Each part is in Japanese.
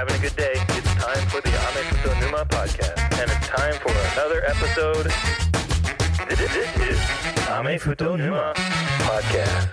having a good day. It's time for the Ame Futo Numa podcast. And it's time for another episode. This is Ame Futo Numa podcast.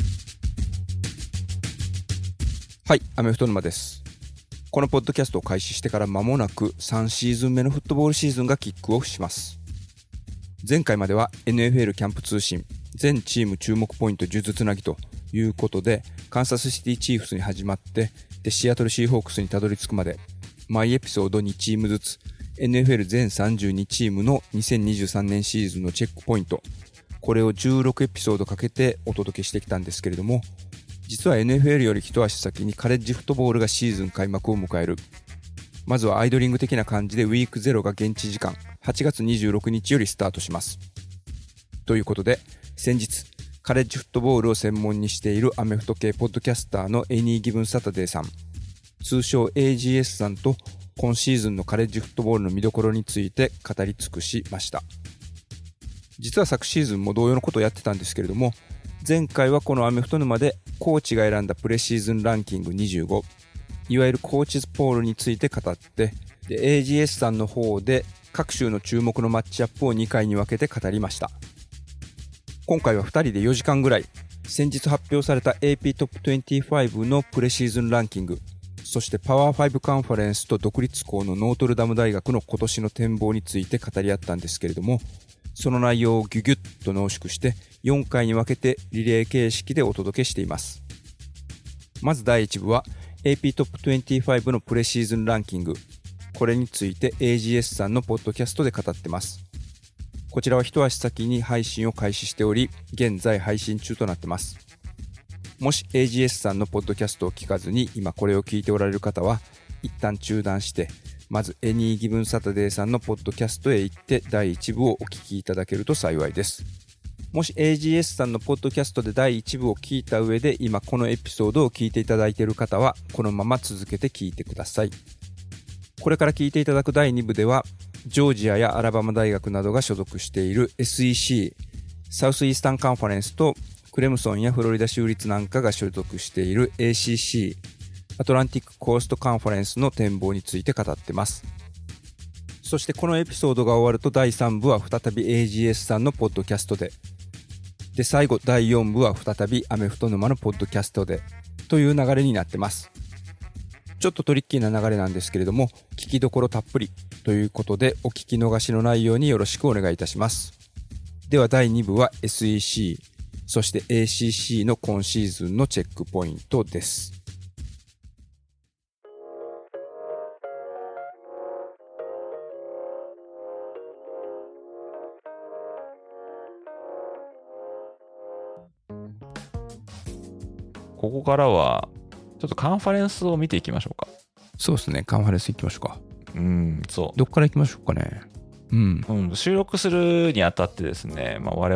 はい、アメフト沼です。このポッドキャストを開始してから間もなく3シーズン目のフットボールシーズンがキックオフします。前回までは NFL キャンプ通信、全チーム注目ポイント数珠つなぎということで、カンサスシティチーフスに始まって、でシアトルシーホークスにたどり着くまで、毎エピソード2チームずつ、NFL 全32チームの2023年シーズンのチェックポイント、これを16エピソードかけてお届けしてきたんですけれども、実は NFL より一足先にカレッジフットボールがシーズン開幕を迎える。まずはアイドリング的な感じでウィーク0が現地時間8月26日よりスタートします。ということで、先日カレッジフットボールを専門にしているアメフト系ポッドキャスターのエニーギブンサタデーさん、通称 AGS さんと今シーズンのカレッジフットボールの見どころについて語り尽くしました。実は昨シーズンも同様のことをやってたんですけれども、前回はこのアメフト沼でコーチが選んだプレシーズンランキング25、いわゆるコーチズポールについて語って、で AGS さんの方で各州の注目のマッチアップを2回に分けて語りました。今回は2人で4時間ぐらい、先日発表された AP トップ25のプレシーズンランキング、そしてパワー5カンファレンスと独立校のノートルダム大学の今年の展望について語り合ったんですけれども、その内容をギュギュッと濃縮して4回に分けてリレー形式でお届けしています。まず第1部は AP トップ25のプレシーズンランキング、これについて AGS さんのポッドキャストで語ってます。こちらは一足先に配信を開始しており、現在配信中となってます。もし AGS さんのポッドキャストを聞かずに今これを聞いておられる方は、一旦中断してまずエニーギブンサタデーさんのポッドキャストへ行って第1部をお聞きいただけると幸いです。もし AGS さんのポッドキャストで第1部を聞いた上で今このエピソードを聞いていただいている方はこのまま続けて聞いてください。これから聞いていただく第2部ではジョージアやアラバマ大学などが所属している SEC サウスイースタンカンファレンスとクレムソンやフロリダ州立なんかが所属している ACCアトランティックコーストカンファレンスの展望について語ってます。そしてこのエピソードが終わると第3部は再び AGS さんのポッドキャストで、最後第4部は再びアメフト沼のポッドキャストでという流れになってます。ちょっとトリッキーな流れなんですけれども、聞きどころたっぷりということでお聞き逃しのないようによろしくお願いいたします。では第2部は SEC そして ACC の今シーズンのチェックポイントです。 ここからはちょっとカンファレンスを見ていきましょうか。 そうですね、カンファレンス行きましょうか。 そう。 どっから行きましょうかね。 収録するにあたってですね、我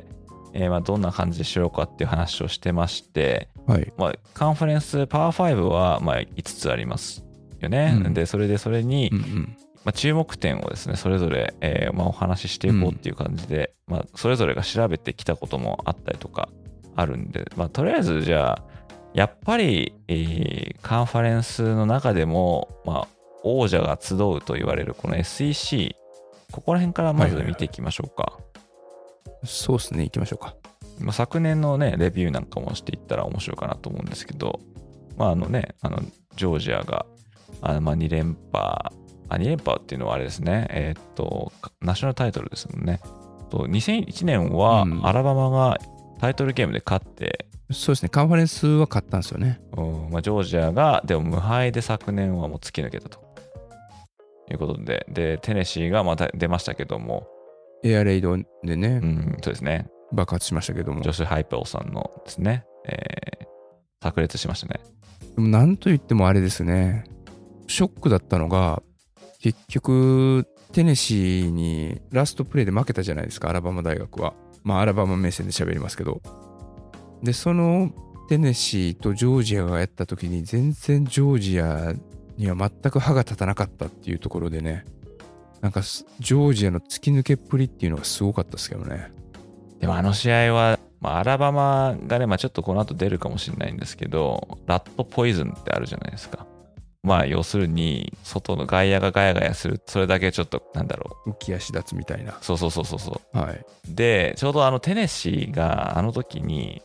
々、どんな感じでしようかっていう話をしてまして、 はい。 カンファレンスパワー5は5つありますよね。で、それに、注目点をですね、それぞれ、お話ししていこうっていう感じで、それぞれが調べてきたこともあったりとかあるんで、とりあえずじゃあ、やっぱり、カンファレンスの中でも、王者が集うと言われるこの SEC、ここら辺からまず見ていきましょうか。 そうですね、行きましょうか。 昨年のね、レビューなんかもしていったら面白いかなと思うんですけど、ジョージアが、2連覇っていうのはあれですね、ナショナルタイトルですもんね。2001年はアラバマがタイトルゲームで勝って、 そうですね、カンファレンスは勝ったんですよね。 ジョージアがでも無敗で昨年はもう突き抜けたということで、テネシーがまた出ましたけども、 エアレイドでね、 そうですね、 爆発しましたけども、 ジョシュ・ハイペルさんのですね、炸裂しましたね。 でもなんといってもあれですね、ショックだったのが結局テネシーにラストプレーで負けたじゃないですか、アラバマ大学は。アラバマ目線で喋りますけど、でそのテネシーとジョージアがやった時に全然ジョージアには全く歯が立たなかったっていうところでね、なんかジョージアの突き抜けっぷりっていうのがすごかったですけどね。 でもあの試合は、アラバマがね、ちょっとこの後出るかもしれないんですけど、ラットポイズンってあるじゃないですか。 まあ要するに外の外野がガヤガヤする、それだけちょっとなんだろ浮き足立つみたいな。 そうそうそうそうそう、 はい。 でちょうどテネシーがあの時に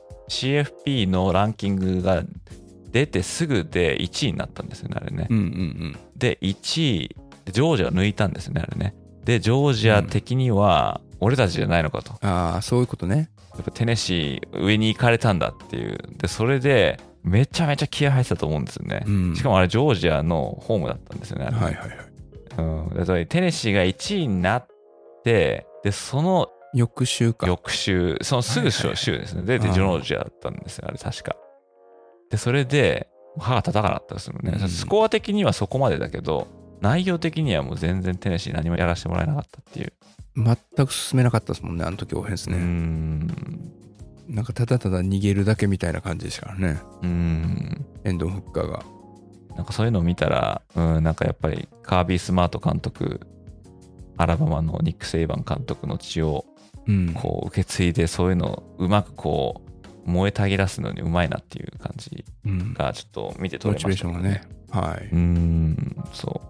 CFP のランキングが出てすぐで1位になったんですよね、あれね。で1位ジョージア抜いたんですよね、あれね。でジョージア的には俺たちじゃないのかと、 ああそういうことね。 やっぱテネシー上に行かれたんだっていう。でそれでめちゃめちゃ気合入ってたと思うんですよね、しかもあれジョージアのホームだったんですよね、あれ。 はいはいはい。 だからテネシーが1位になって、でその翌週そのすぐ週ですね、でジョージアだったんですよ、あれ確か。でそれで歯が立たなかったですよね、スコア的にはそこまでだけど内容的にはもう全然テネシー何もやらせてもらえなかったっていう。 全く進めなかったですもんね、あの時オフェンスね。なんかただただ逃げるだけみたいな感じでしたからね。エンドン・フッカーが。 なんかそういうのを見たら、なんかやっぱりカービー・スマート監督、アラバマのニック・セイバン監督の血をこう受け継いで、そういうのをうまくこう燃えたぎらすのにうまいなっていう感じがちょっと見て取れましたね。モチベーションがね。はい。そう。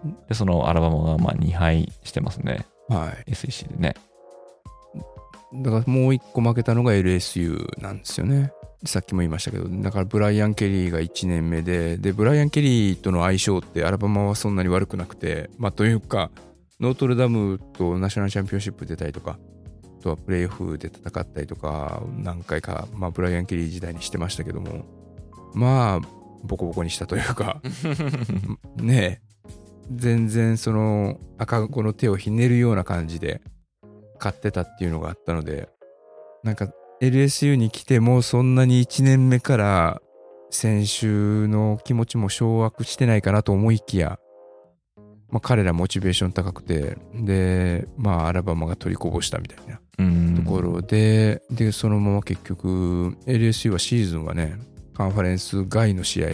で、そのアラバマがまあ2敗してますね。 はい。 SEC でね。 だからもう一個負けたのが LSU なんですよね。さっきも言いましたけど、だからブライアン・ケリーが1年目で、ブライアン・ケリーとの相性ってアラバマはそんなに悪くなくて、まあというか、ノートルダムとナショナルチャンピオンシップ出たりとか、あとはプレーオフで戦ったりとか、何回か、まあブライアン・ケリー時代にしてましたけども、まあ、ボコボコにしたというか、ねえ、全然その赤子の手をひねるような感じで勝ってたっていうのがあったので、なんか LSU に来てもそんなに1年目から選手の気持ちも掌握してないかなと思いきや、まあ、彼らモチベーション高くて、でまあアラバマが取りこぼしたみたいなところで、そのまま結局 LSU はシーズンはね、カンファレンス外の試合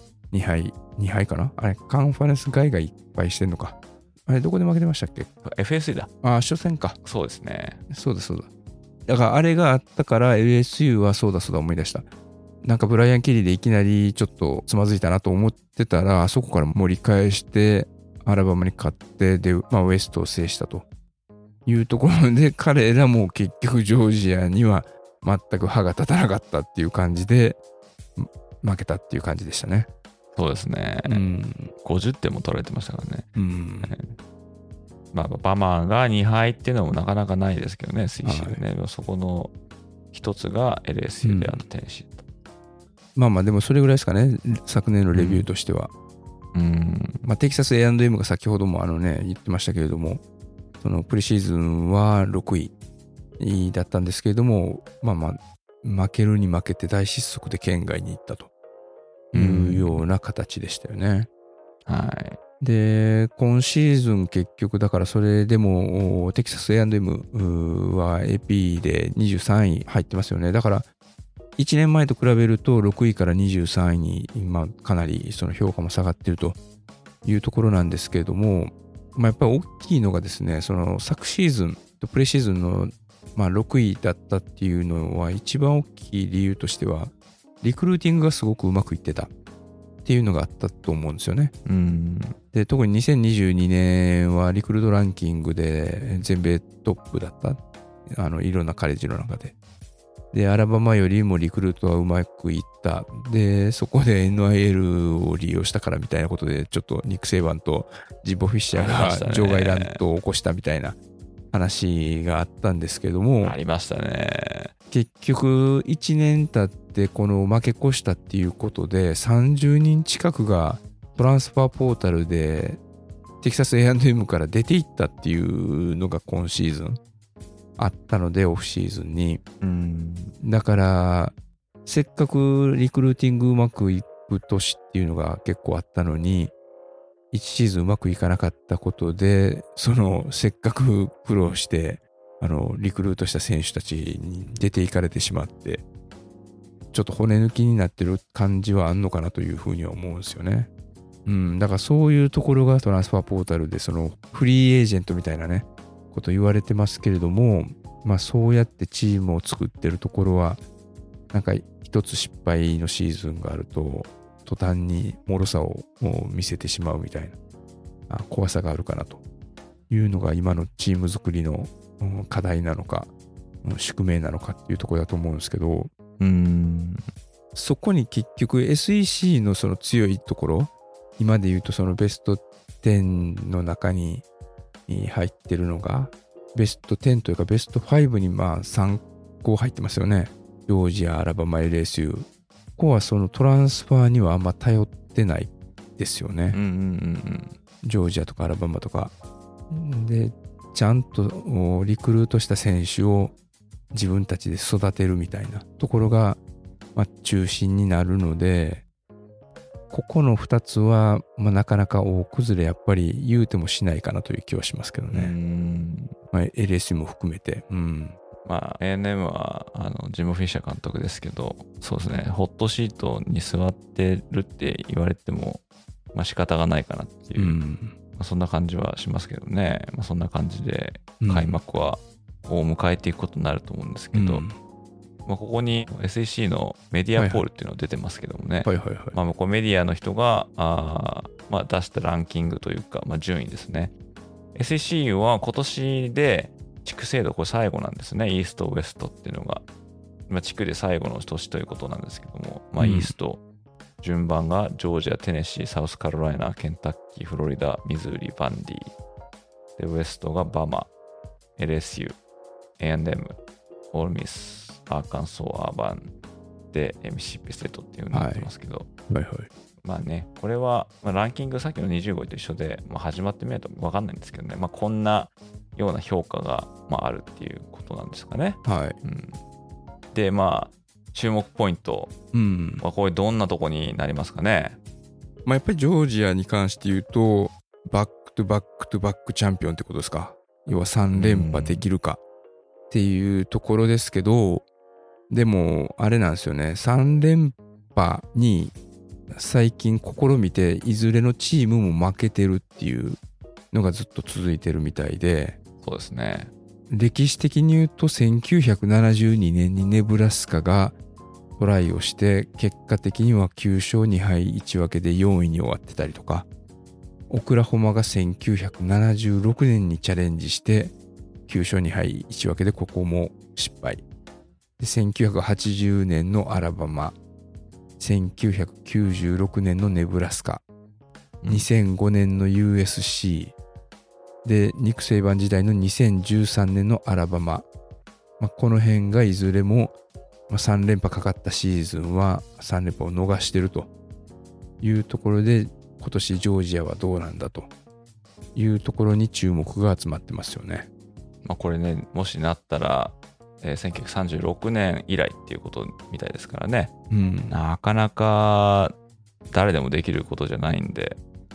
2敗かな、あれカンファレンス外がいっぱいしてんのか、あれどこで負けてましたっけ？ FSC だ。 初戦か。 そうですね。 そうだ。だからあれがあったから LSU はそうだ思い出した。なんかブライアン・ケリーでいきなりちょっとつまずいたなと思ってたら、あそこから盛り返してアラバマに勝って、で、まあウエストを制したというところで、彼らも結局ジョージアには全く歯が立たなかったっていう感じで負けたっていう感じでしたね。 そうですね。50点も取られてましたからね。まあ、バマーが2敗っていうのもなかなかないですけどね、CC でね。そこの一つが LSU であとテネシーと。 まあでもそれぐらいですかね、昨年のレビューとしては。まあ、テキサス A&M が先ほども言ってましたけれども、そのプレシーズンは6位だったんですけれども、まあ負けるに負けて大失速で県外に行ったというような形でしたよね。 はい。 で、今シーズン結局だからそれでもテキサス A&M は AP で23位入ってますよね。だから1年前と比べると6位から23位に今かなりその評価も下がっているというところなんですけれども、まあ、やっぱり大きいのがですね、その昨シーズンとプレシーズンのまあ6位だったっていうのは一番大きい理由としてはリクルーティングがすごくうまくいってたっていうのがあったと思うんですよね。で、特に2022年はリクルートランキングで全米トップだった。いろんなカレッジの中で。で、アラバマよりもリクルートはうまくいった。で、そこで NIL を利用したからみたいなことで、ちょっとニック・セイバンとジボ・フィッシャーが場外乱闘を起こしたみたいな話があったんですけども。 ありましたね。 結局、1年経ってこの負け越したっていうことで、30人近くがトランスファーポータルでテキサス A&M から出ていったっていうのが今シーズンあったので、オフシーズンに。だからせっかくリクルーティングうまくいく年っていうのが結構あったのに、1シーズンうまくいかなかったことで、そのせっかく苦労してリクルートした選手たちに出ていかれてしまって、ちょっと骨抜きになってる感じはあんのかなというふうには思うんですよね。だからそういうところがトランスファーポータルでそのフリーエージェントみたいなねこと言われてますけれども、まあそうやってチームを作ってるところはなんか一つ失敗のシーズンがあると途端に脆さを見せてしまうみたいな怖さがあるかなというのが今のチーム作りの課題なのか宿命なのかっていうところだと思うんですけど、そこに結局 SEC のその強いところ、今で言うとそのベスト10の中に入ってるのがベスト10というかベスト5に3校入ってますよね。ジョージア、アラバマ、LSU。ここはそのトランスファーにはあんま頼ってないですよね。ジョージアとかアラバマとかでちゃんとリクルートした選手を自分たちで育てるみたいなところが、中心になるので、ここの2つは、なかなか大崩れやっぱり言うてもしないかなという気はしますけどね。LSU も含めて。 A&M はジム・フィッシャー監督ですけど、そうですね、ホットシートに座ってるって言われても、仕方がないかなっていう、そんな感じはしますけどね。そんな感じで開幕を迎えていくことになると思うんですけど、ここに SEC のメディアポールっていうのが出てますけどもね、これメディアの人が出したランキングというか、順位ですね。SEC は今年で地区制度これ最後なんですね。イースト、ウエストっていうのが、地区で最後の年ということなんですけども、イースト順番がジョージア、テネシー、サウスカロライナ、ケンタッキー、フロリダ、ミズーリ、バンディ。で、ウエストがバマ、LSU、A&M、オールミス、アーカンソー、アーバンで、ミシシッピステートっていうのになってますけど、これは、ランキングさっきの25位と一緒で、始まってみないと分かんないんですけどね、こんなような評価が、あるっていうことなんですかね。で、注目ポイントはこれどんなとこになりますかね。 やっぱりジョージアに関して言うと、バックトゥバックトゥバックチャンピオンってことですか。要は3連覇できるかっていうところですけど、でもあれなんですよね。3連覇に最近試みていずれのチームも負けてるっていうのがずっと続いてるみたいで、 そうですね。 歴史的に言うと1972年にネブラスカがトライをして結果的には9勝2敗1分けで4位に終わってたりとか、オクラホマが1976年にチャレンジして9勝2敗1分けでここも失敗で、1980年のアラバマ、1996年のネブラスカ、2005年の USC でニック・セイバン時代の2013年のアラバマ、この辺がいずれも3連覇かかったシーズンは3連覇を逃してるというところで、今年ジョージアはどうなんだというところに注目が集まってますよね。 これね、もしなったら、1936年以来っていうことみたいですからね、なかなか誰でもできることじゃないんで。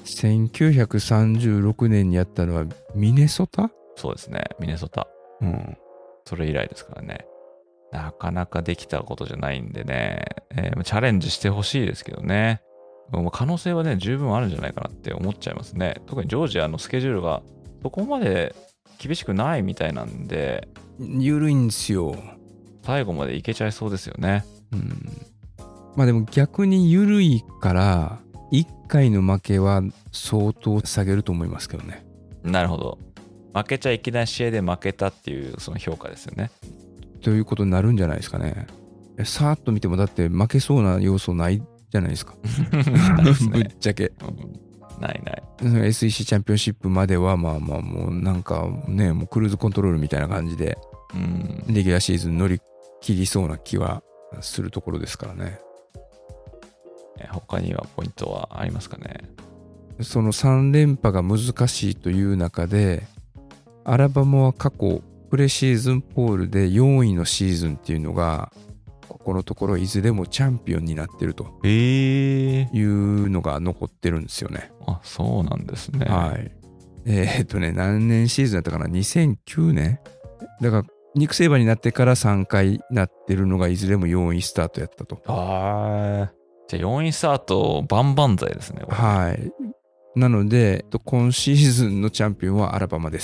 1936年にやったのはミネソタ？ そうですね、ミネソタ。それ以来ですからね。なかなかできたことじゃないんでね、チャレンジしてほしいですけどね。可能性はね、十分あるんじゃないかなって思っちゃいますね。特にジョージアのスケジュールがそこまで厳しくないみたいなんで、 緩いんですよ。 最後までいけちゃいそうですよね。 でも逆に緩いから1回の負けは相当下げると思いますけどね。 なるほど。負けちゃいけない試合で負けたっていうその評価ですよね。 ということになるんじゃないですかね。さーっと見てもだって負けそうな要素ないじゃないですか。ぶっちゃけ。 ないない。 SEC チャンピオンシップまではもうなんかね、もうクルーズコントロールみたいな感じで、レギュラーシーズン乗り切りそうな気はするところですからね。 他にはポイントはありますかね。 その3連覇が難しいという中で、アラバマは過去プレシーズンポールで4位のシーズンっていうのがここのところいずれもチャンピオンになってるというのが残ってるんですよね。 そうなんですね。 何年シーズンだったかな、2009年だからニック・セイバーになってから3回なってるのがいずれも4位スタートやったと。 じゃあ4位スタート万々歳ですね。 なので今シーズンのチャンピオンはアラバマです。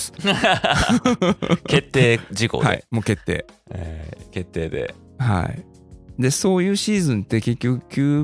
決定事項で。 もう決定。 決定で。 でそういうシーズンって結局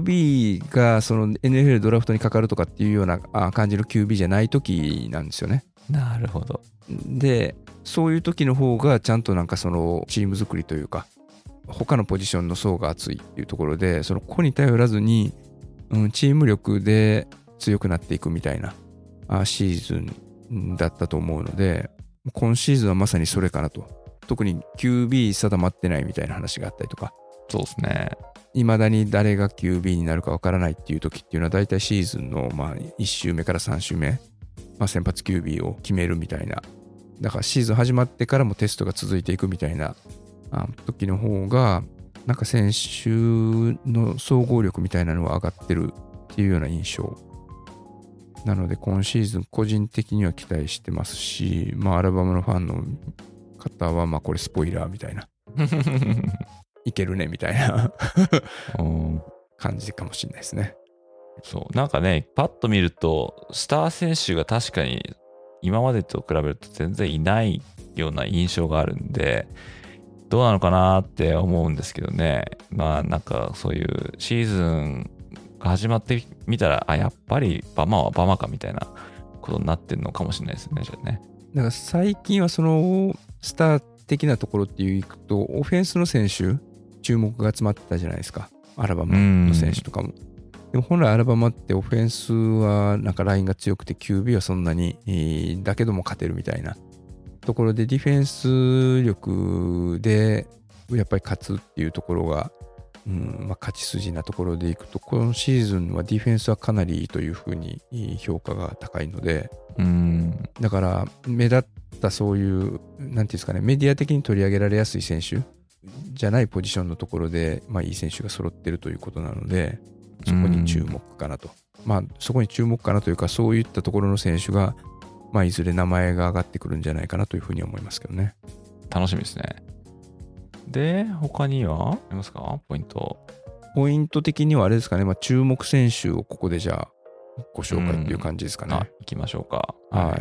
QB がその NFL ドラフトにかかるとかっていうような感じの QB じゃない時なんですよね。 なるほど。 でそういう時の方がちゃんとなんかそのチーム作りというか他のポジションの層が厚いっていうところでその個に頼らずに、チーム力で強くなっていくみたいなシーズンだったと思うので今シーズンはまさにそれかなと。特に QB 定まってないみたいな話があったりとか、 そうですね。 未だに誰が QB になるかわからないっていう時っていうのは大体シーズンの1週目から3週目、先発 QB を決めるみたいな。だからシーズン始まってからもテストが続いていくみたいな時の方がなんか選手の総合力みたいなのは上がってるっていうような印象なので今シーズン個人的には期待してますし、アラバマのファンの方はこれスポイラーみたいないけるねみたいな感じかもしれないですね。 そうなんかねパッと見るとスター選手が確かに今までと比べると全然いないような印象があるんでどうなのかなって思うんですけどね。なんかそういうシーズンが始まってみたらやっぱりバマはバマかみたいなことになってるのかもしれないですね。じゃあね。 だから最近はそのスター的なところっていういくとオフェンスの選手注目が集まってたじゃないですか。アラバマの選手とかも。でも本来アラバマってオフェンスはなんかラインが強くて QB はそんなにだけども勝てるみたいなところでディフェンス力でやっぱり勝つっていうところが、勝ち筋なところでいくと今シーズンはディフェンスはかなりいいというふうに評価が高いので、だから目立ったそういうなんていうんですかねメディア的に取り上げられやすい選手じゃないポジションのところで、いい選手が揃ってるということなのでそこに注目かなと。そこに注目かなというかそういったところの選手がいずれ名前が上がってくるんじゃないかなというふうに思いますけどね。 楽しみですね。で、他にはありますか？ポイント的にはあれですかね、注目選手をここでじゃあご紹介っていう感じですかね。 行きましょうか。 はい。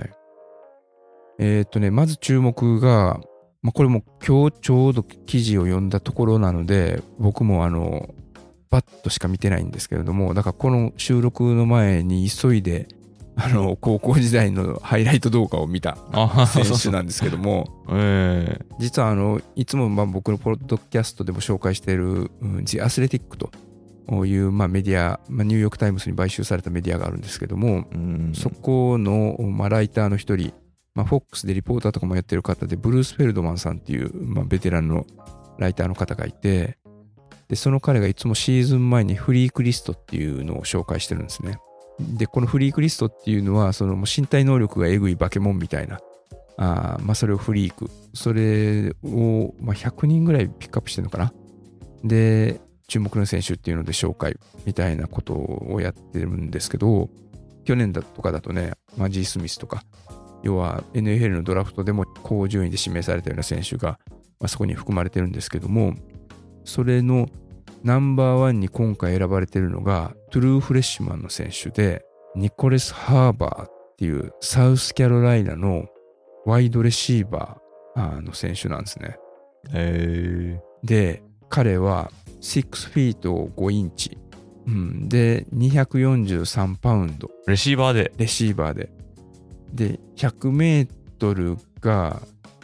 まず注目が、これも今日ちょうど記事を読んだところなので、僕もバッとしか見てないんですけれども、だからこの収録の前に急いで高校時代のハイライト動画を見た選手なんですけども実はいつも僕のポッドキャストでも紹介しているThe Athletic というメディアニューヨークタイムズに買収されたメディアがあるんですけどもそこのライターの一人FOX でリポーターとかもやってる方でブルース・フェルドマンさんっていうベテランのライターの方がいてでその彼がいつもシーズン前にフリークリストっていうのを紹介してるんですね。でこのフリークリストっていうのはそのもう身体能力がえぐい化け物みたいなそれをフリークそれを100人ぐらいピックアップしてるのかなで注目の選手っていうので紹介みたいなことをやってるんですけど去年とかだとねGスミスとか要は NFL のドラフトでも高順位で指名されたような選手が、そこに含まれてるんですけどもそれのナンバーワンに今回選ばれているのがトゥルーフレッシュマンの選手でニコレス・ハーバーっていうサウスキャロライナのワイドレシーバーの選手なんですね。で彼は6フィート5インチ、で243パウンドレシーバーでで100メートルが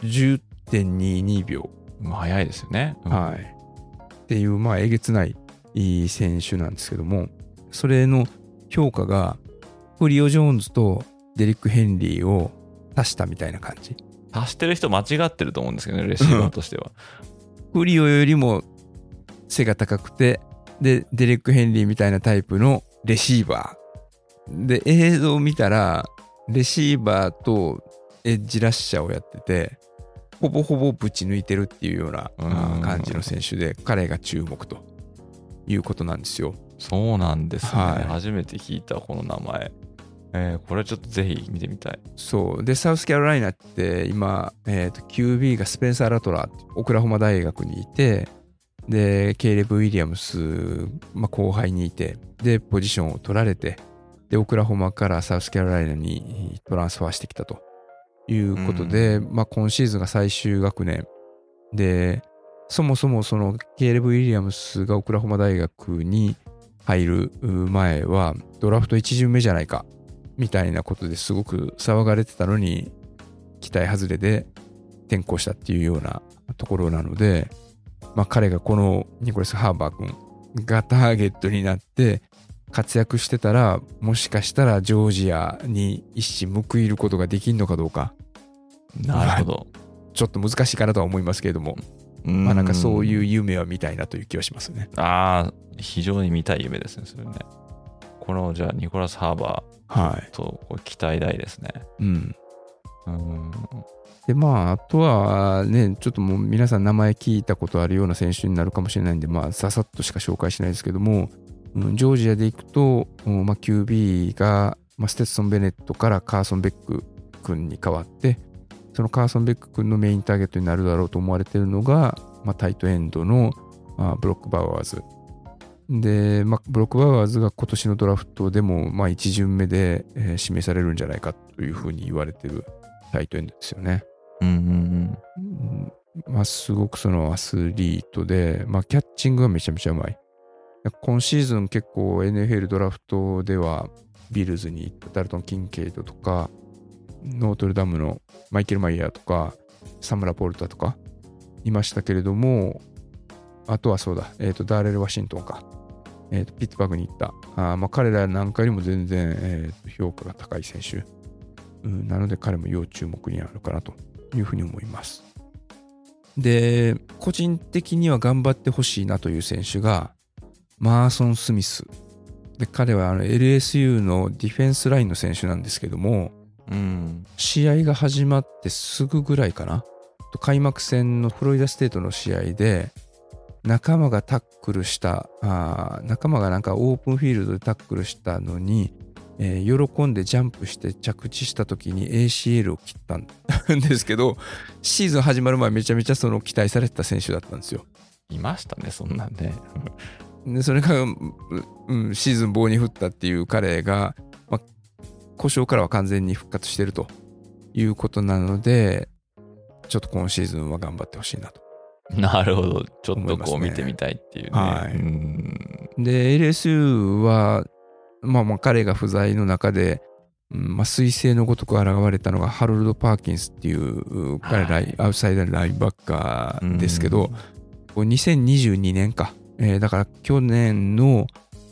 10.22 秒早いですよね、 はいっていうえげつないいい選手なんですけどもそれの評価がフリオ・ジョーンズとデリック・ヘンリーを足したみたいな感じ。 足してる人間違ってると思うんですけどねレシーバーとしてはフリオよりも背が高くてでデリック・ヘンリーみたいなタイプのレシーバーで映像を見たらレシーバーとエッジラッシャーをやっててほぼほぼぶち抜いてるっていうような感じの選手で彼が注目ということなんですよ。 そうなんですね、 はい、 初めて聞いたこの名前、これちょっとぜひ見てみたい。 そうでサウスキャロライナって今、QB がスペンサー・ラトラーってオクラホマ大学にいてでケイレブ・ウィリアムス、後輩にいてでポジションを取られてでオクラホマからサウスキャロライナにトランスファーしてきたということで、今シーズンが最終学年でそもそもそのケイレブ・ウィリアムスがオクラホマ大学に入る前はドラフト1巡目じゃないかみたいなことですごく騒がれてたのに、期待外れで転向したっていうようなところなので、まあ彼がこのニコラス・ハーバー君がターゲットになって活躍してたら、もしかしたらジョージアに一矢報いることができるのかどうか。 なるほど。 ちょっと難しいかなとは思いますけれども、まあなんかそういう夢は見たいなという気はしますね。 ああ、非常に見たい夢ですね、それね。このじゃあニコラス・ハーバーとこれ期待大ですね。 でまああとはね、ちょっともう皆さん名前聞いたことあるような選手になるかもしれないんで、まあささっとしか紹介しないですけども、ジョージアでいくと、まあ、QB が、まあ、ステッソン・ベネットからカーソン・ベック君に変わって、そのカーソン・ベック君のメインターゲットになるだろうと思われているのが、まあ、タイトエンドの、ブロック・バウアーズで、まあ、ブロック・バウアーズが今年のドラフトでも、まあ、1巡目で、指名されるんじゃないかというふうに言われているタイトエンドですよね。まあ、すごくそのアスリートで、まあ、キャッチングがめちゃめちゃうまい。今シーズン結構 NFL ドラフトではビルズに行ったダルトン・キンケイドとか、ノートルダムのマイケル・マイヤーとか、サムラ・ポルタとかいましたけれども、あとはそうだ、ダーレル・ワシントンか、ピッツバーグに行った。まあ、彼らなんかよりも全然、評価が高い選手、なので彼も要注目にあるかなというふうに思います。で、個人的には頑張ってほしいなという選手がマーソン・スミスで、彼はLSU のディフェンスラインの選手なんですけども、試合が始まってすぐぐらいかな、開幕戦のフロリダステートの試合で仲間がタックルした、仲間がなんかオープンフィールドでタックルしたのに、喜んでジャンプして着地した時に ACL を切ったんですけど、シーズン始まる前めちゃめちゃその期待されてた選手だったんですよ。 いましたね、そんなんね。 でそれが、シーズン棒に振ったっていう彼が、まあ、故障からは完全に復活してるということなので、ちょっと今シーズンは頑張ってほしいなと。 なるほど、ちょっとこう見てみたいっていうね。 で LSU は、まあ彼が不在の中で、彗星のごとく現れたのがハロルド・パーキンスっていう彼アウトサイダーラインバッカーですけど、2022年か、だから去年の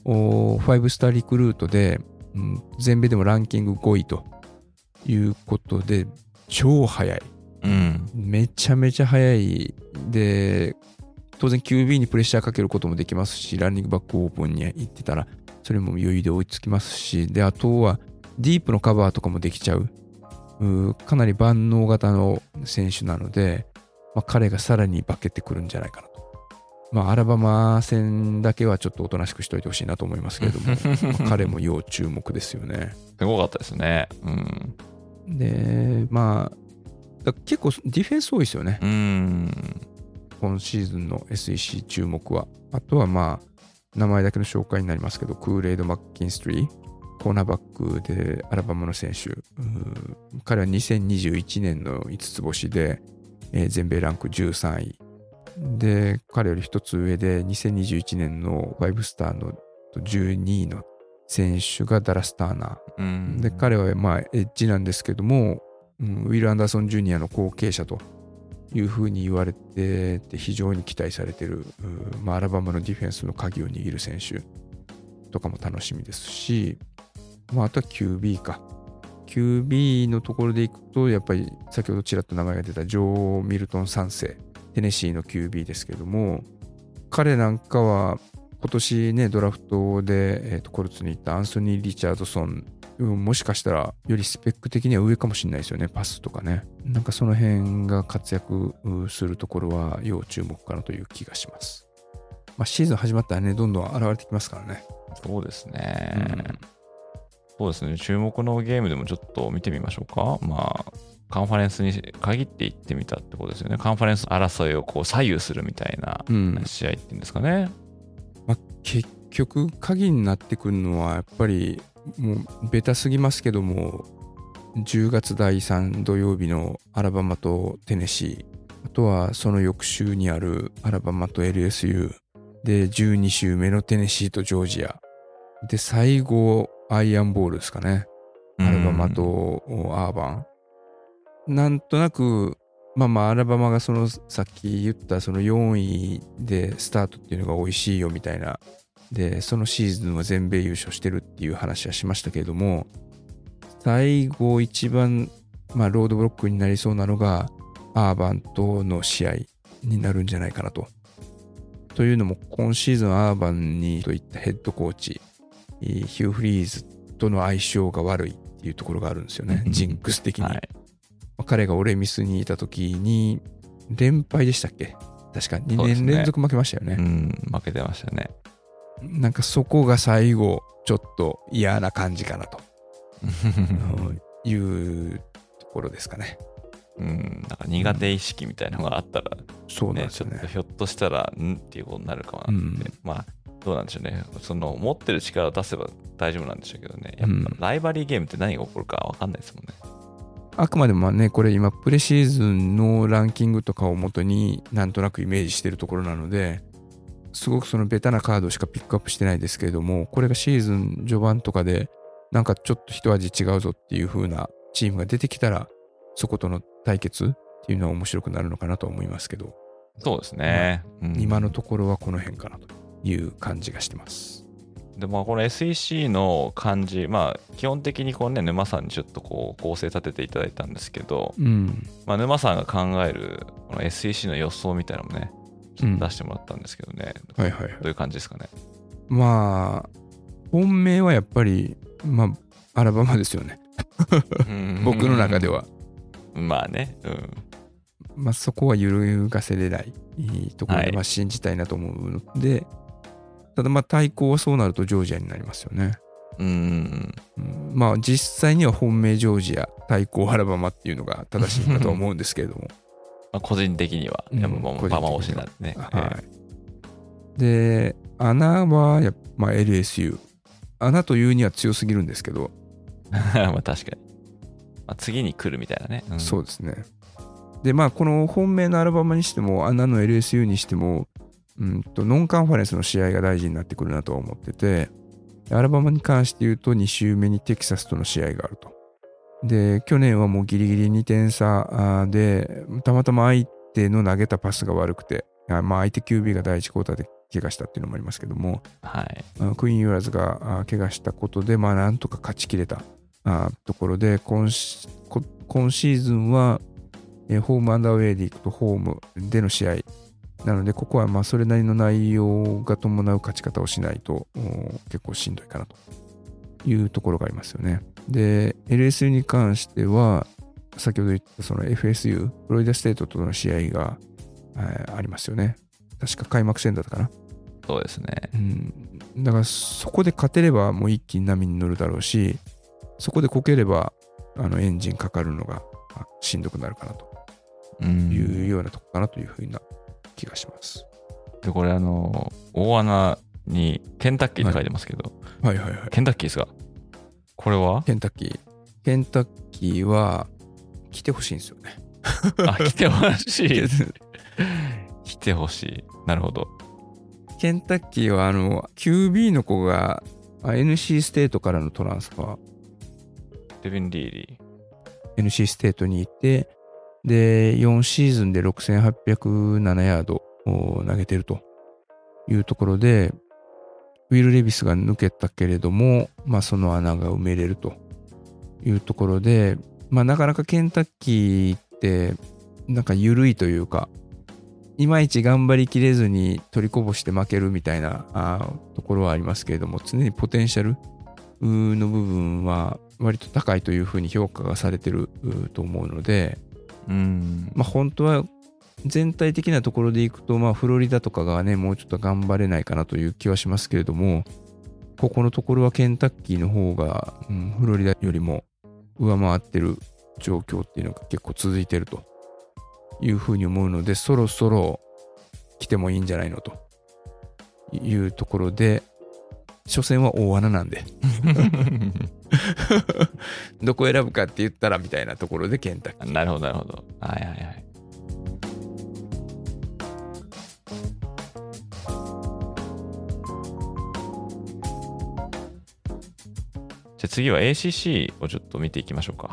5スターリクルートで、全米でもランキング5位ということで超速い、めちゃめちゃ速いで、当然 QB にプレッシャーかけることもできますし、ランニングバックオープンに行ってたらそれも余裕で追いつきますし、であとはディープのカバーとかもできちゃう、かなり万能型の選手なので、まあ、彼がさらに化けてくるんじゃないかなと。まあアラバマ戦だけはちょっとおとなしくしといてほしいなと思いますけれどもまあ彼も要注目ですよね。 すごかったですね。 でまあ結構ディフェンス多いですよね。今シーズンの SEC 注目は。あとはまあ名前だけの紹介になりますけど、クーレイド・マッキンストリー、コーナーバックでアラバマの選手。彼は2021年の5つ星で、全米ランク13位。で、彼より一つ上で2021年の5スターの12位の選手がダラス・ターナー。で、彼はまあエッジなんですけども、ウィル・アンダーソン・ジュニアの後継者というふうに言われてて、非常に期待されている、まあ、アラバマのディフェンスの鍵を握る選手とかも楽しみですし、まあ、あとは QB か。QB のところでいくと、やっぱり先ほどちらっと名前が出たジョー・ミルトン3世、テネシーの QB ですけども、彼なんかは今年ね、ドラフトで、コルツに行ったアンソニー・リチャードソン、もしかしたらよりスペック的には上かもしれないですよね、パスとかね。なんかその辺が活躍するところは要注目かなという気がします。まあ、シーズン始まったらね、どんどん現れてきますからね。 そうですね。そうですね。注目のゲームでもちょっと見てみましょうか。まあ、カンファレンスに限っていってみたってことですよね。カンファレンス争いをこう左右するみたいな試合っていうんですかね。 まあ、結局、鍵になってくるのはやっぱりもうベタすぎますけども、10月第3土曜日のアラバマとテネシあとはその翌週にあるアラバマと LSU で、12週目のテネシーとジョージアで、最後アイアンボールですかね。アラバマとアーバン。なんとなくアラバマがそのさっき言ったその4位でスタートっていうのが美味しいよみたいなで、そのシーズンは全米優勝してるっていう話はしましたけれども、最後一番ロードブロックになりそうなのがアーバンとの試合になるんじゃないかなと。というのも今シーズンアーバンにといったヘッドコーチヒュー・フリーズとの相性が悪いっていうところがあるんですよね。ジンクス的に、はい、彼がオレミスにいた時に連敗でしたっけ、確か2年連続負けましたよね。 負けてましたね。 なんかそこが最後ちょっと嫌な感じかなというところですかね。 なんか苦手意識みたいなのがあったら、 そうなんですよね。 ちょっとひょっとしたらっていうことになるかもなって、どうなんでしょうね。その持ってる力を出せば大丈夫なんでしょうけどね。やっぱライバリーゲームって何が起こるか分かんないですもんね。 あくまでもこれ今プレシーズンのランキングとかをもとになんとなくイメージしてるところなので、すごくそのベタなカードしかピックアップしてないですけれども、これがシーズン序盤とかでなんかちょっと一味違うぞっていう風なチームが出てきたら、そことの対決っていうのは面白くなるのかなと思いますけど。 そうですね。 今のところはこの辺かなという感じがしてます。 でこの SEC の感じ、基本的に沼さんにちょっと構成立てていただいたんですけど、沼さんが考えるこの SEC の予想みたいなのもね、ちょっと出してもらったんですけどね、どういう感じですかね。 本命はやっぱりアラバマですよね僕の中では。そこは揺るがせれないところで信じたいなと思うので、ただ対抗はそうなるとジョージアになりますよね。実際には本命ジョージア対抗アラバマっていうのが正しいかとは思うんですけれども個人的にはやっぱもうバマ推しなんでね。 で穴はLSU 穴というには強すぎるんですけど確かに、次に来るみたいなね、 そうですね。でこの本命のアラバマにしても穴の LSU にしてもノンカンファレンスの試合が大事になってくるなとは思ってて、アラバマに関して言うと2週目にテキサスとの試合があると。で去年はもうギリギリ2点差で、たまたま相手の投げたパスが悪くて、相手 QB が第1クォーターで怪我したっていうのもありますけども、クイーン・ユーラズが怪我したことでなんとか勝ちきれたところで、今シーズンはホームアンダーウェイで行くとホームでの試合なので、ここはそれなりの内容が伴う勝ち方をしないと結構しんどいかなというところがありますよね。で LSU に関しては先ほど言ったその FSU フロリダステートとの試合がありますよね。確か開幕戦だったかな。 そうですね。 だからそこで勝てればもう一気に波に乗るだろうし、そこでこければエンジンかかるのがしんどくなるかなというようなとこかなというふうな気がします。 でこれ大穴にケンタッキーって書いてますけど、ケンタッキーですか？これはケンタッキーは来てほしいんですよね。 来てほしい来てほしい。なるほど。 ケンタッキーはQB の子が NC ステートからのトランスファー、 デビン・リーリー NC ステートにいて、で4シーズンで6807ヤードを投げてるというところで、ウィル・レビスが抜けたけれども、その穴が埋めれるというところで、なかなかケンタッキーってなんか緩いというか、いまいち頑張りきれずに取りこぼして負けるみたいなところはありますけれども、常にポテンシャルの部分は割と高いというふうに評価がされてると思うので、本当は全体的なところでいくと、フロリダとかがね、もうちょっと頑張れないかなという気はしますけれども、ここのところはケンタッキーの方が、フロリダよりも上回ってる状況っていうのが結構続いてるというふうに思うので、そろそろ来てもいいんじゃないのというところで、初戦は大穴なんでどこ選ぶかって言ったらみたいなところでケンタッキー。 なるほどなるほど。 じゃあ次は ACC をちょっと見ていきましょうか。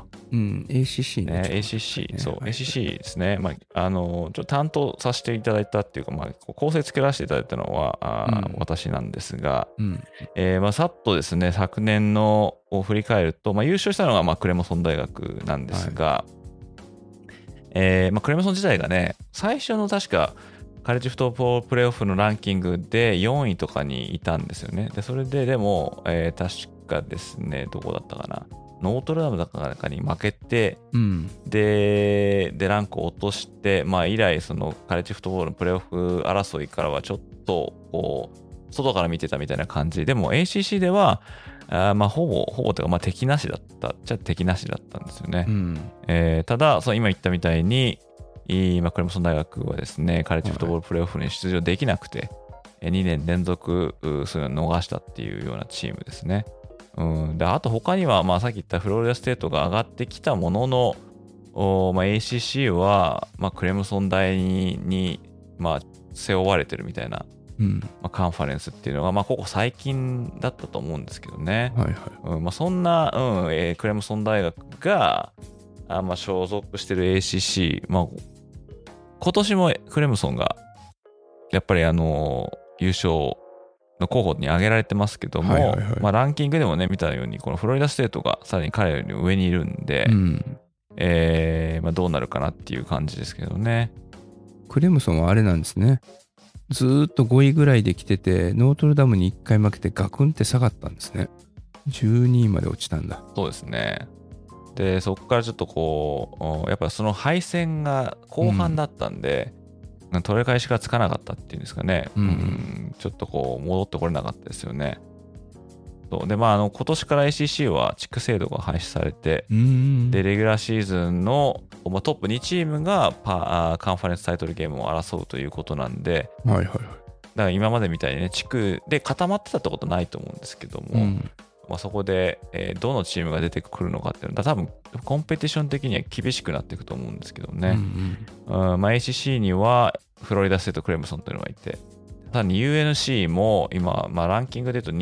ACC ね。ACC、そう、ACC ですね。ちょっと担当させていただいたっていうか、構成つけらせていただいたのは、私なんですが、さっとですね、昨年のを振り返ると、優勝したのがクレモソン大学なんですが、クレモソン自体がね、最初の確か、カレッジフットボールプレーオフのランキングで4位とかにいたんですよね。で、それででも、確かですね、どこだったかな。ノートルダムだかに負けて、で、ランクを落として、以来、そのカレッジフットボールのプレーオフ争いからはちょっと、こう、外から見てたみたいな感じ。でも ACC では、ほぼというか、敵なしだったっちゃ敵なしだったんですよね。ただ、今言ったみたいに、クレモソン大学はですね、カレッジフットボールプレーオフに出場できなくて、2年連続そういうのを逃したっていうようなチームですね。で、あと他には、さっき言ったフロリダステートが上がってきたものの、ACC は、クレムソン大に、背負われてるみたいな、カンファレンスっていうのが、ここ最近だったと思うんですけどね。そんな、クレムソン大学が、所属してる ACC、今年もクレムソンが、やっぱり優勝の候補に挙げられてますけども、ランキングでもね、見たように、このフロリダステートがさらに彼より上にいるんで、どうなるかなっていう感じですけどね。 クレムソンはあれなんですね。ずーっと5位ぐらいで来てて、ノートルダムに1回負けてガクンって下がったんですね。12位まで落ちたんだ。 そうですね。で、そこからちょっとこう、やっぱその敗戦が後半だったんで、取り返しがつかなかったっていうんですかね。ちょっとこう、戻ってこれなかったですよね。そうで、今年から ACC は地区制度が廃止されて、で、レギュラーシーズンのトップ2チームがカンファレンスタイトルゲームを争うということなんで、だから今までみたいにね、地区で固まってたってことないと思うんですけども、そこで、どのチームが出てくるのかっていうのは多分コンペティション的には厳しくなっていくと思うんですけどね。ACC にはフロリダステートクレムソンというのがいて、さらに UNC も今、ランキングで言うと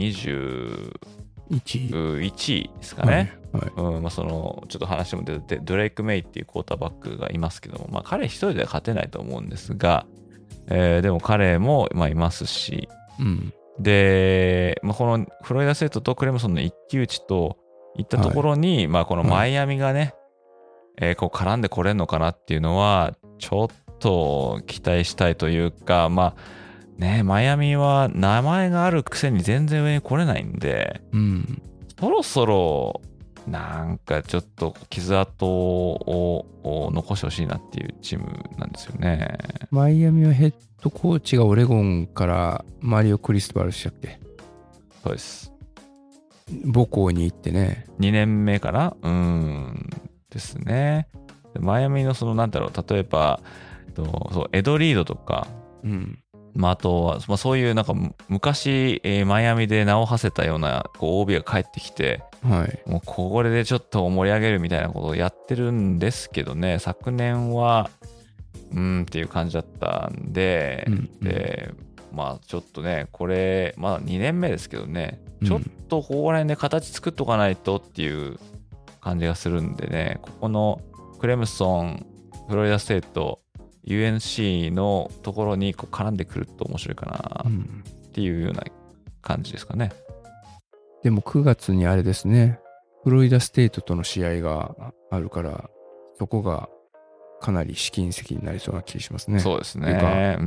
21位ですかね。そのちょっと話も出てドレイク・メイっていうクォーターバックがいますけども、彼一人では勝てないと思うんですが、でも彼もいますし、で、このフロリダステートとクレムソンの一騎打ちといったところに、このマイアミがね、こう絡んでこれるのかなっていうのは、ちょっと期待したいというか、マイアミは名前があるくせに全然上に来れないんで、そろそろなんかちょっと傷跡を残してほしいなっていうチームなんですよね。 マイアミはヘッドコーチがオレゴンからマリオ・クリストバルでしたっけ？ そうです。 母校に行ってね。 2年目かな？ですね。マイアミの例えば、エド・リードとか、あとは、そういうなんか昔、マイアミで名を馳せたようなOB が帰ってきて、もうこれでちょっと盛り上げるみたいなことをやってるんですけどね、昨年はっていう感じだったんで、でちょっとね、これ2年目ですけどね、ちょっとここら辺で形作っとかないとっていう感じがするんでね、ここのクレムソン、フロリダステート、UNC のところに絡んでくると面白いかなっていうような感じですかね。 でも9月にあれですね、フロリダステートとの試合があるから、そこがかなり試金石になりそうな気がしますね。 そうですね。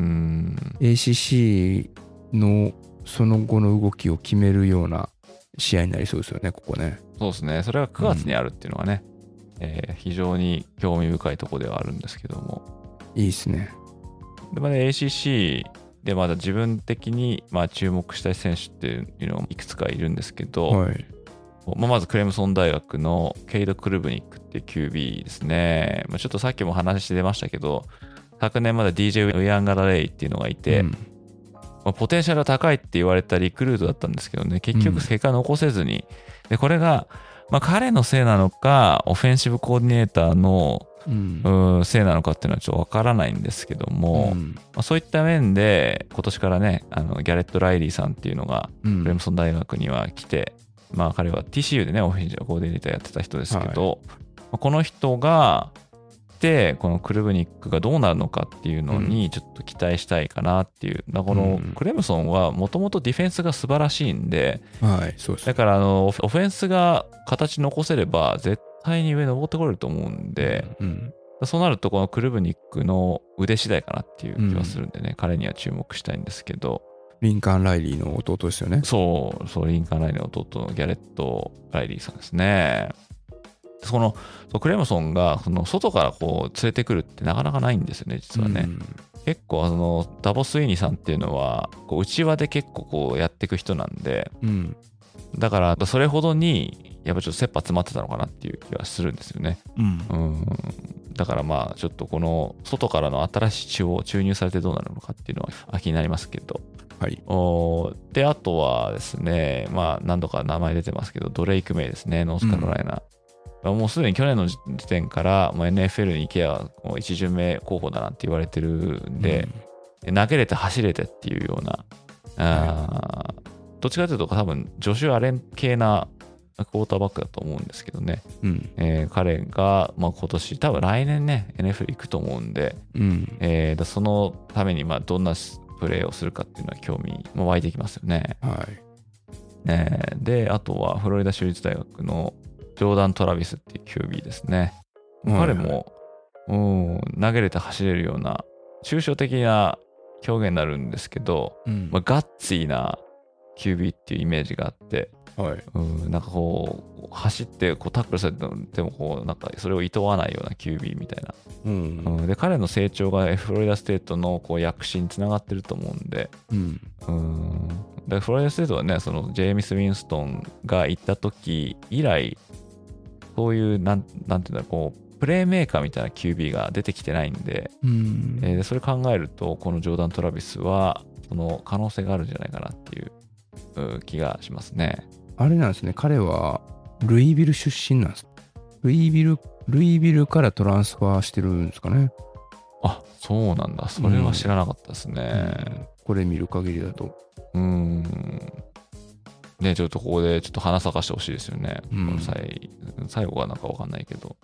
ACC のその後の動きを決めるような試合になりそうですよね、ここね。 そうですね。それが9月にあるっていうのはね、非常に興味深いところではあるんですけども。 いいですね。 で、ACC でまだ自分的に注目したい選手っていうのがいくつかいるんですけど、まずクレムソン大学のケイド・クルブニックっていう QB ですね。ちょっとさっきも話して出ましたけど、昨年まだ DJ ウヤンガラレイっていうのがいて、ポテンシャルが高いって言われたリクルートだったんですけどね、結局結果残せずに、でこれが、彼のせいなのか、オフェンシブコーディネーターのせいなのかっていうのはちょっとわからないんですけども、そういった面で今年からね、ギャレット・ライリーさんっていうのがクレムソン大学には来て、 まあ彼は TCU でね、オフェンシブコーディネーターやってた人ですけど、この人が、で、このクルブニックがどうなるのかっていうのにちょっと期待したいかなっていう。このクレムソンはもともとディフェンスが素晴らしいんで、 そうです。 だからオフェンスが形残せれば絶対に上登ってこれると思うんで、そうなるとこのクルブニックの腕次第かなっていう気はするんでね、彼には注目したいんですけど。 リンカーン・ライリーの弟ですよね。 そう、リンカーン・ライリーの弟のギャレット・ライリーさんですね。クレムソンが外からこう連れてくるってなかなかないんですよね、実はね。結構ダボス・イーニさんっていうのはこう内輪で結構こうやっていく人なんで、だからそれほどにやっぱちょっと切羽詰まってたのかなっていう気はするんですよね。だからまあちょっとこの外からの新しい血を注入されてどうなるのかっていうのは気になりますけど。で、あとはですね、まあ何度か名前出てますけど、ドレイク・メイですね、ノースカロライナ。もうすでに去年の時点からもう NFL に行けば1巡目候補だなって言われてるんで、投げれて走れてっていうような、どっちかというと多分ジョシュ・アレン系なクォーターバックだと思うんですけどね、彼がまあ今年多分来年ね NFL 行くと思うんで、そのためにまあどんなプレーをするかっていうのは興味も湧いてきますよね。で、あとはフロリダ州立大学のジョーダン・トラビスっていう QB ですね。彼も、投げれて走れるような抽象的な表現になるんですけど、ガッツィーな QB っていうイメージがあって、なんかこう走ってこうタックルされてもこうなんかそれを厭わないような QB みたいな、で彼の成長がフロリダステートのこう躍進につながってると思うんで、でフロリダステートはねそのジェイミス・ウィンストンが行った時以来そういうなんていうんだろうこうプレーメーカーみたいな QB が出てきてないんで、でそれ考えるとこのジョーダン・トラビスはその可能性があるんじゃないかなっていう気がしますね。 あれなんですね、彼はルイビル出身なんです。ルイビルからトランスファーしてるんですかね。 あ、そうなんだ。それは知らなかったですね。 これ見る限りだと。 ね、ちょっとここでちょっと花咲かしてほしいですよね。最後がなんかわかんないけど。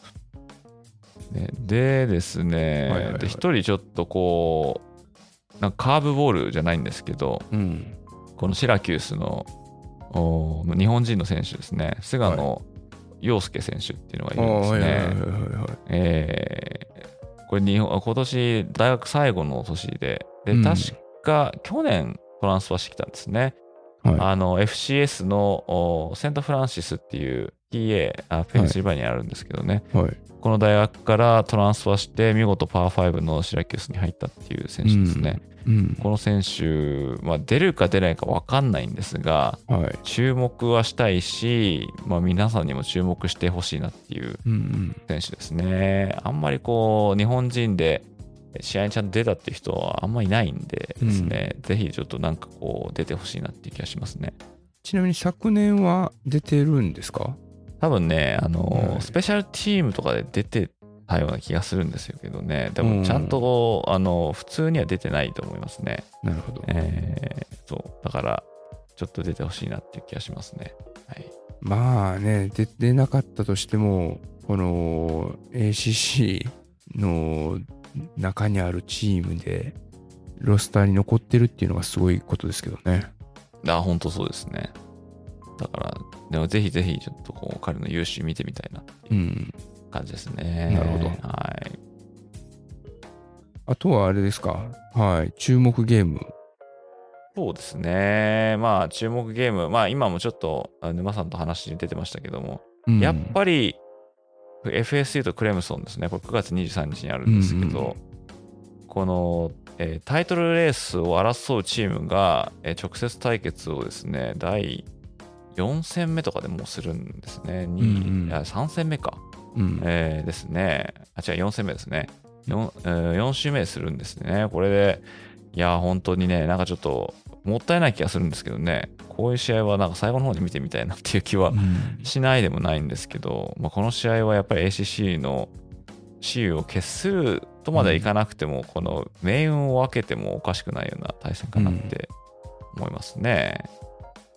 でですね、一人ちょっとこう、なんかカーブボールじゃないんですけど、このシラキュースの日本人の選手ですね、菅野陽介選手っていうのがいるんですね。これ今年大学最後の年で、確か去年トランスファーしてきたんですね。FCS のセントフランシスっていう PA、ペンシルバニアにあるんですけどね、この大学からトランスファーして見事パー5のシラキュースに入ったっていう選手ですね。この選手、出るか出ないか分かんないんですが、注目はしたいし、皆さんにも注目してほしいなっていう選手ですね。あんまりこう日本人で試合にちゃんと出たっていう人はあんまりいないんでですね、ぜひちょっとなんかこう出てほしいなっていう気がしますね。 ちなみに昨年は出てるんですか？ 多分ね、スペシャルチームとかで出てたような気がするんですけどね。でもちゃんと普通には出てないと思いますね。 なるほど。 そうだからちょっと出てほしいなっていう気がしますね。 まあね、出なかったとしてもこの ACC の中にあるチームでロスターに残ってるっていうのがすごいことですけどね。 本当そうですね。だからでもぜひぜひちょっとこう彼の勇姿見てみたいなっていう感じですね。 なるほど。あとはあれですか。注目ゲーム。 そうですね。注目ゲーム、今もちょっと沼さんと話に出てましたけども、やっぱりFSU とクレムソンですね。これ9月23日にあるんですけど、この、タイトルレースを争うチームが、直接対決をですね、第4戦目とかでもうするんですね。3戦目か。ですね。4戦目ですね。4週目するんですね。これで、いや、本当にね、なんかちょっともったいない気がするんですけどね。こういう試合はなんか最後の方に見てみたいなっていう気はしないでもないんですけど、この試合はやっぱり ACC の雌雄を決するとまではいかなくても、この命運を分けてもおかしくないような対戦かなって思いますね。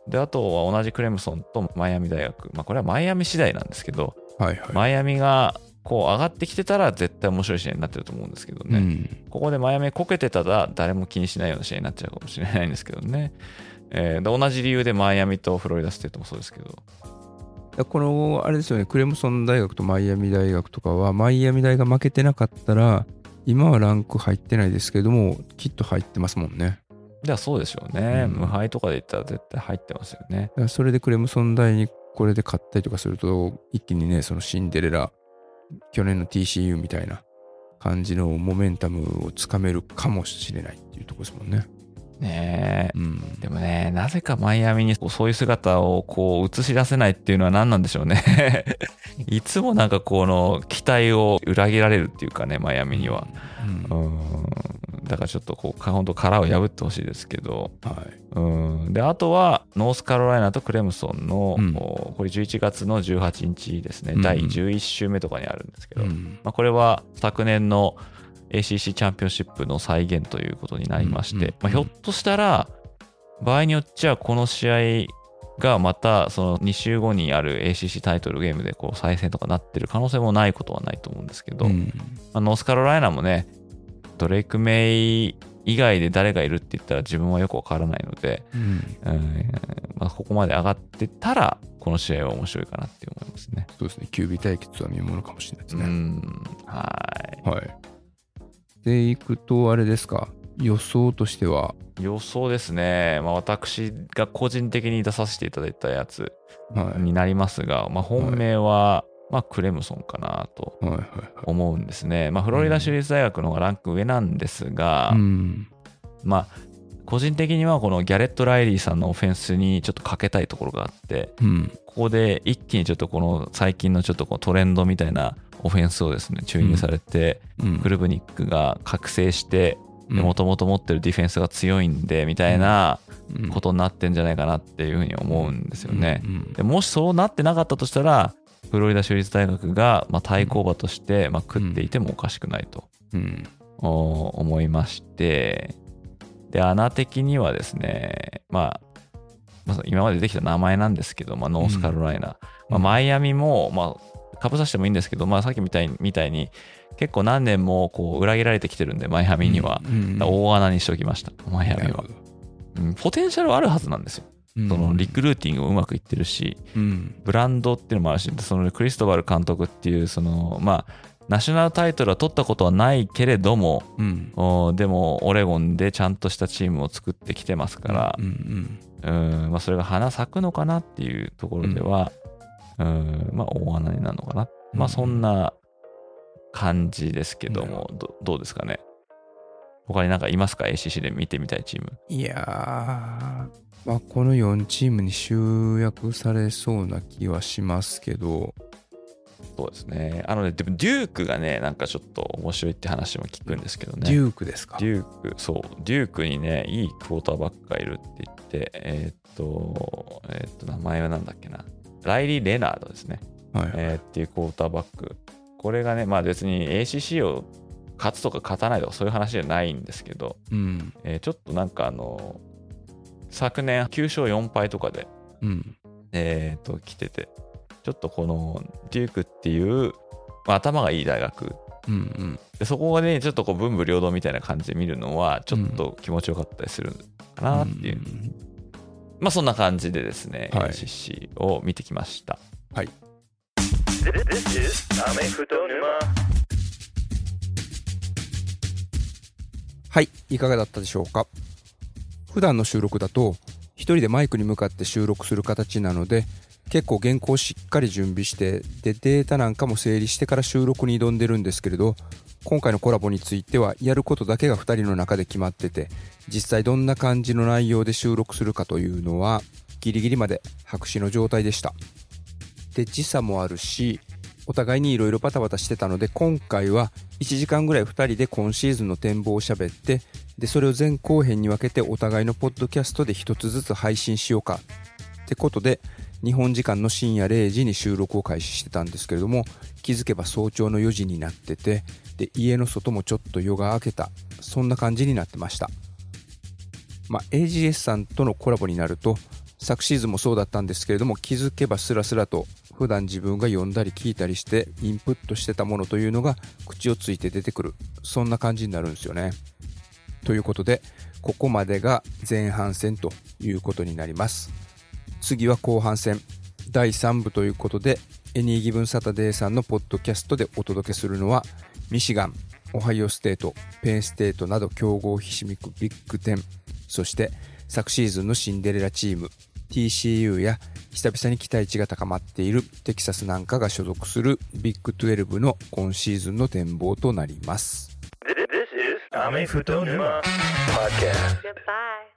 で、あとは同じクレムソンとマイアミ大学。これはマイアミ次第なんですけど、マイアミがこう上がってきてたら絶対面白い試合になってると思うんですけどね。ここでマイアミこけてたら誰も気にしないような試合になっちゃうかもしれないんですけどね。で同じ理由でマイアミとフロリダステートもそうですけど。 このあれですよね、クレムソン大学とマイアミ大学とかは、マイアミ大が負けてなかったら今はランク入ってないですけどもきっと入ってますもんね。 じゃあそうでしょうね、無敗とかで言ったら絶対入ってますよね。 それでクレムソン大にこれで勝ったりとかすると一気にね、そのシンデレラ、去年の TCU みたいな感じのモメンタムをつかめるかもしれないっていうところですもんね。 ねえ、でもね、なぜかマイアミにそういう姿をこう映し出せないっていうのは何なんでしょうね。いつもなんかこの期待を裏切られるっていうかね、マイアミには。だからちょっとこう本当殻を破ってほしいですけど、であとはノースカロライナとクレムソンの、これ11月の18日ですね、第11週目とかにあるんですけど、これは昨年のACC チャンピオンシップの再現ということになりまして、ひょっとしたら場合によっちゃこの試合がまたその2週後にある ACC タイトルゲームでこう再戦とかなってる可能性もないことはないと思うんですけど、ノースカロライナもね、ドレイク・メイ以外で誰がいるって言ったら自分はよくわからないので、ここまで上がってたらこの試合は面白いかなって思いますね。 そうですね、QB 対決は見ものかもしれないですね。はい。でいくとあれですか、予想としては。 予想ですね、私が個人的に出させていただいたやつになりますが、本命は、クレムソンかなと思うんですね。フロリダ州立大学の方がランク上なんですが、個人的にはこのギャレット・ライリーさんのオフェンスにちょっとかけたいところがあって、ここで一気にちょっとこの最近のちょっとこのトレンドみたいなオフェンスをですね注入されて、クルブニックが覚醒してもともと持ってるディフェンスが強いんでみたいなことになってんじゃないかなっていうふうに思うんですよね。でもしそうなってなかったとしたらフロリダ州立大学が対抗馬として食っていてもおかしくないと思いまして、で穴的にはですね、今までできた名前なんですけど、ノースカロライナ、マイアミもかぶさせてもいいんですけど、さっきみたいに結構何年もこう裏切られてきてるんで、マイアミには、大穴にしておきました。マイアミは、ポテンシャルはあるはずなんですよ。そのリクルーティングもうまくいってるし、ブランドっていうのもあるし、そのクリストバル監督っていうそのナショナルタイトルは取ったことはないけれども、でもオレゴンでちゃんとしたチームを作ってきてますから、それが花咲くのかなっていうところでは、大穴になるのかな、そんな感じですけども、どうですかね。他になんかいますか ACC で見てみたいチーム。 いやー、この4チームに集約されそうな気はしますけど。 そうですね。でもデュークがね、なんかちょっと面白いって話も聞くんですけどね。 デュークですか。 デュークにね、いいクォーターバックがいるって言って、名前はなんだっけな。ライリー・レナードですね。っていうクォーターバック。これがね、別に ACC を勝つとか勝たないとかそういう話じゃないんですけど、ちょっとなんか昨年9勝4敗とかで、来てて、ちょっとこのデュークっていう、頭がいい大学、でそこがねちょっとこう文武両道みたいな感じで見るのはちょっと気持ちよかったりするかなっていう、そんな感じでですね、ACC を見てきました。 はい。 This is アメフト沼。 はい、いかがだったでしょうか。普段の収録だと一人でマイクに向かって収録する形なので、結構原稿をしっかり準備して、でデータなんかも整理してから収録に挑んでるんですけれど、今回のコラボについてはやることだけが2人の中で決まってて、実際どんな感じの内容で収録するかというのはギリギリまで白紙の状態でした。で時差もあるし、お互いにいろいろバタバタしてたので、今回は1時間ぐらい2人で今シーズンの展望を喋って、でそれを前後編に分けてお互いのポッドキャストで一つずつ配信しようかってことで、日本時間の深夜0時に収録を開始してたんですけれども、気づけば早朝の4時になってて、で家の外もちょっと夜が明けた、そんな感じになってました。AGS さんとのコラボになると昨シーズンもそうだったんですけれども、気づけばスラスラと普段自分が読んだり聞いたりしてインプットしてたものというのが口をついて出てくる、そんな感じになるんですよね。ということで、ここまでが前半戦ということになります。次は後半戦第3部ということで、エニーギブンサタデーさんのポッドキャストでお届けするのは、ミシガン、オハイオステート、ペンステートなど強豪ひしめくビッグ10、そして昨シーズンのシンデレラチーム TCU や久々に期待値が高まっているテキサスなんかが所属するビッグ12の今シーズンの展望となります。 This is Ame Futonuma Podcast. Goodbye.